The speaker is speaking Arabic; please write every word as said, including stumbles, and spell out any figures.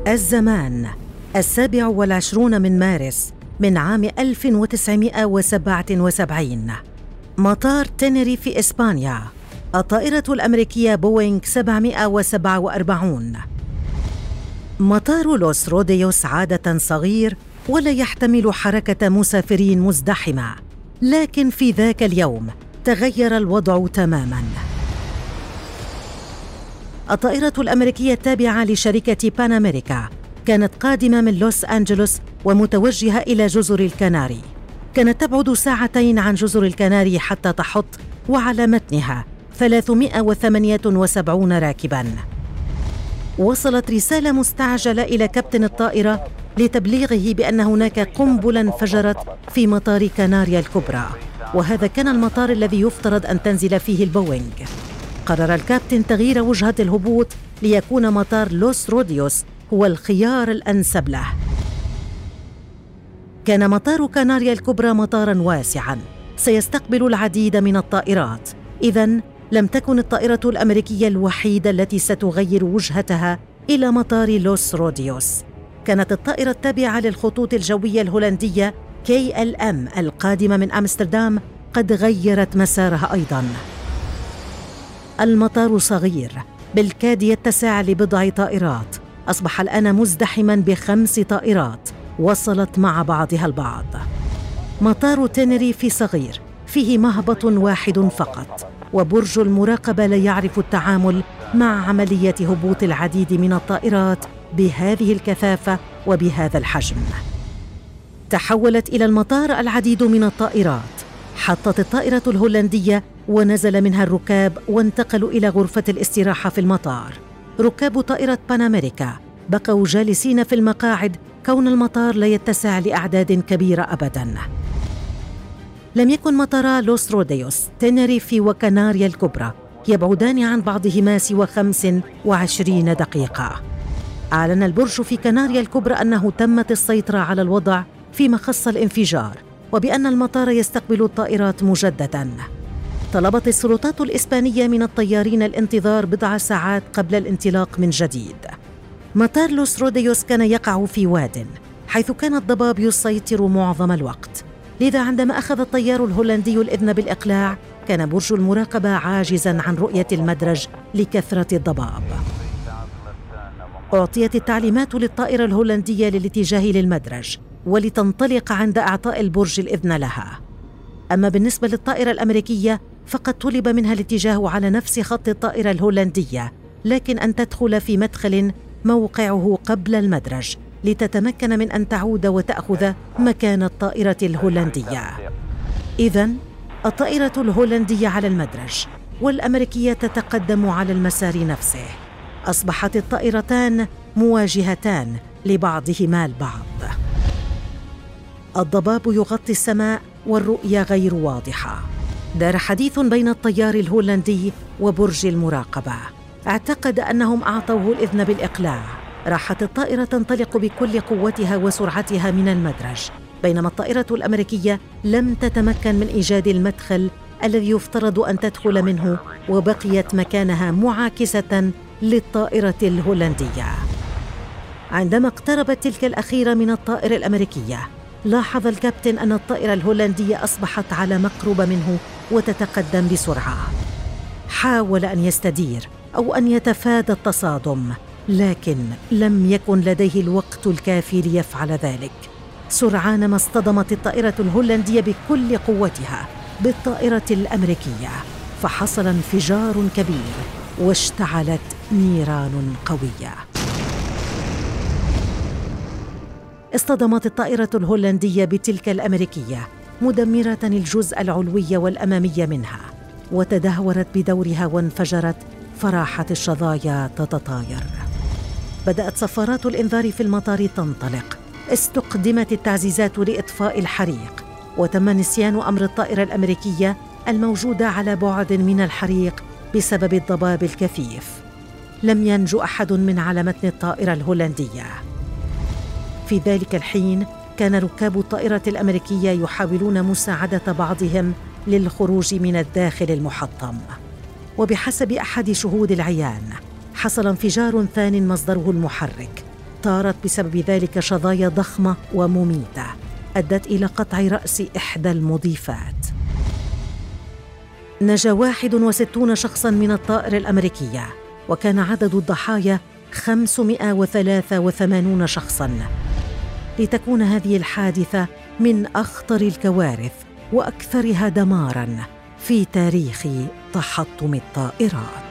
الزمان السابع والعشرون من مارس من عام ألف وتسعمائة وسبعة وسبعين. مطار تينيري في إسبانيا. الطائرة الأمريكية بوينغ سبعمائة وسبعة وأربعين. مطار لوس روديوس عادة صغير ولا يحتمل حركة مسافرين مزدحمة، لكن في ذاك اليوم تغير الوضع تماماً. الطائرة الأمريكية التابعة لشركة بان أمريكا كانت قادمة من لوس أنجلوس ومتوجهة إلى جزر الكناري. كانت تبعد ساعتين عن جزر الكناري حتى تحط، وعلى متنها ثلاثمائة وثمانية وسبعين راكباً. وصلت رسالة مستعجلة إلى كابتن الطائرة لتبليغه بأن هناك قنبلة انفجرت في مطار كناريا الكبرى، وهذا كان المطار الذي يفترض أن تنزل فيه البوينغ. قرر الكابتن تغيير وجهة الهبوط ليكون مطار لوس روديوس هو الخيار الأنسب له. كان مطار كناريا الكبرى مطاراً واسعاً سيستقبل العديد من الطائرات، إذن لم تكن الطائرة الأمريكية الوحيدة التي ستغير وجهتها إلى مطار لوس روديوس. كانت الطائرة التابعة للخطوط الجوية الهولندية كي إل إم القادمة من أمستردام قد غيرت مسارها أيضاً. المطار صغير بالكاد يتسع لبضع طائرات، أصبح الآن مزدحماً بخمس طائرات وصلت مع بعضها البعض. مطار تينيريفي صغير فيه مهبط واحد فقط، وبرج المراقبة لا يعرف التعامل مع عملية هبوط العديد من الطائرات بهذه الكثافة وبهذا الحجم. تحولت إلى المطار العديد من الطائرات. حطت الطائرة الهولندية ونزل منها الركاب وانتقلوا إلى غرفة الاستراحة في المطار. ركاب طائرة بان أمريكا بقوا جالسين في المقاعد كون المطار لا يتسع لأعداد كبيرة أبداً. لم يكن مطارا لوس روديوس، تينيريفي وكناريا الكبرى يبعدان عن بعضهما سوى خمس وعشرين دقيقة. أعلن البرج في كناريا الكبرى أنه تمت السيطرة على الوضع فيما خص الانفجار، وبأن المطار يستقبل الطائرات مجدداً. طلبت السلطات الإسبانية من الطيارين الانتظار بضع ساعات قبل الانطلاق من جديد. مطار لوس روديوس كان يقع في واد، حيث كان الضباب يسيطر معظم الوقت، لذا عندما أخذ الطيار الهولندي الإذن بالإقلاع كان برج المراقبة عاجزاً عن رؤية المدرج لكثرة الضباب. أعطيت التعليمات للطائرة الهولندية للاتجاه للمدرج ولتنطلق عند إعطاء البرج الإذن لها. أما بالنسبة للطائرة الأمريكية فقد طلب منها الاتجاه على نفس خط الطائرة الهولندية، لكن أن تدخل في مدخل موقعه قبل المدرج لتتمكن من أن تعود وتأخذ مكان الطائرة الهولندية. إذن الطائرة الهولندية على المدرج والأمريكية تتقدم على المسار نفسه. أصبحت الطائرتان مواجهتان لبعضهما البعض. الضباب يغطي السماء والرؤية غير واضحة. دار حديث بين الطيار الهولندي وبرج المراقبة. اعتقد أنهم أعطوه الإذن بالإقلاع. راحت الطائرة تنطلق بكل قوتها وسرعتها من المدرج، بينما الطائرة الأمريكية لم تتمكن من إيجاد المدخل الذي يفترض أن تدخل منه، وبقيت مكانها معاكسة للطائرة الهولندية. عندما اقتربت تلك الأخيرة من الطائرة الأمريكية، لاحظ الكابتن أن الطائرة الهولندية أصبحت على مقرب منه وتتقدم بسرعة. حاول أن يستدير أو أن يتفادى التصادم، لكن لم يكن لديه الوقت الكافي ليفعل ذلك. سرعان ما اصطدمت الطائرة الهولندية بكل قوتها بالطائرة الأمريكية، فحصل انفجار كبير واشتعلت نيران قوية. اصطدمت الطائرة الهولندية بتلك الأمريكية مدمرة الجزء العلوي والأمامي منها، وتدهورت بدورها وانفجرت، فراحت الشظايا تتطاير. بدأت صفارات الإنذار في المطار تنطلق. استقدمت التعزيزات لإطفاء الحريق، وتم نسيان أمر الطائرة الأمريكية الموجودة على بعد من الحريق بسبب الضباب الكثيف. لم ينجو أحد من على متن الطائرة الهولندية. في ذلك الحين كان ركاب الطائرة الأمريكية يحاولون مساعدة بعضهم للخروج من الداخل المحطم. وبحسب أحد شهود العيان حصل انفجار ثان مصدره المحرك. طارت بسبب ذلك شظايا ضخمة ومميتة أدت إلى قطع رأس إحدى المضيفات. نجا واحد وستون شخصاً من الطائرة الأمريكية، وكان عدد الضحايا خمسمائة وثلاثة وثمانين شخصاً، لتكون هذه الحادثة من أخطر الكوارث وأكثرها دماراً في تاريخ تحطم الطائرات.